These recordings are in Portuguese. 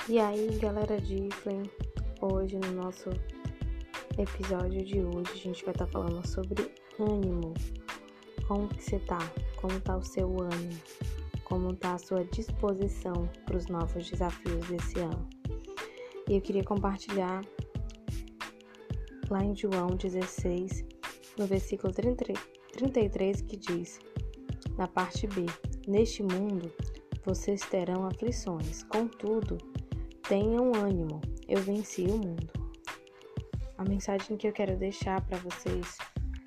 E aí, galera de Iflin, hoje no nosso episódio de hoje a gente vai estar falando sobre ânimo. Como que você tá? Como tá o seu ânimo? Como tá a sua disposição para os novos desafios desse ano? E eu queria compartilhar lá em João 16, no versículo 33, que diz, na parte B: neste mundo vocês terão aflições, contudo, tenham ânimo, eu venci o mundo. A mensagem que eu quero deixar para vocês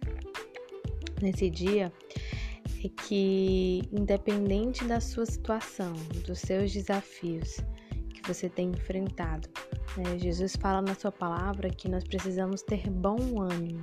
nesse dia é que, independente da sua situação, dos seus desafios que você tem enfrentado, Jesus fala na sua palavra que nós precisamos ter bom ânimo,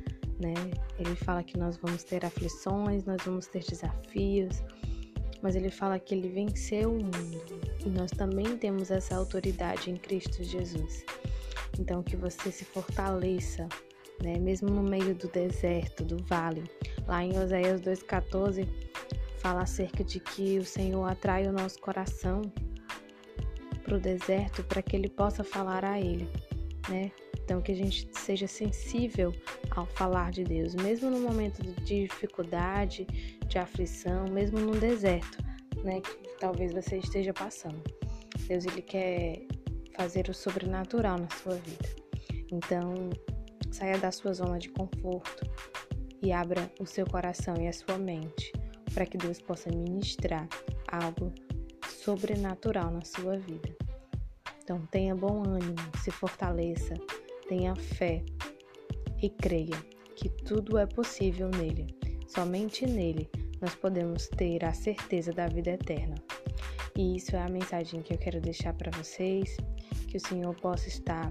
Ele fala que nós vamos ter aflições, nós vamos ter desafios, mas ele fala que ele venceu o mundo e nós também temos essa autoridade em Cristo Jesus. Então, que você se fortaleça, mesmo no meio do deserto, do vale. Lá em Oséias 2,14 fala acerca de que o Senhor atrai o nosso coração para o deserto para que ele possa falar a ele, Então, que a gente seja sensível ao falar de Deus, mesmo no momento de dificuldade, de aflição, mesmo no deserto, que talvez você esteja passando. Deus, ele quer fazer o sobrenatural na sua vida. Então, saia da sua zona de conforto e abra o seu coração e a sua mente para que Deus possa ministrar algo sobrenatural na sua vida. Então, tenha bom ânimo, se fortaleça, tenha fé e creia que tudo é possível nele. Somente nele nós podemos ter a certeza da vida eterna. E isso é a mensagem que eu quero deixar para vocês, que o Senhor possa estar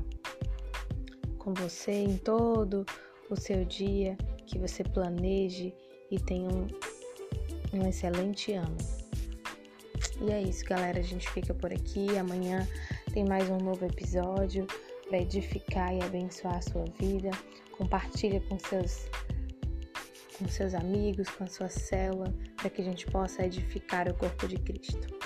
com você em todo o seu dia, que você planeje e tenha um excelente ano. E é isso, galera, a gente fica por aqui. Amanhã tem mais um novo episódio para edificar e abençoar a sua vida. Compartilha com seus amigos, com a sua célula, para que a gente possa edificar o corpo de Cristo.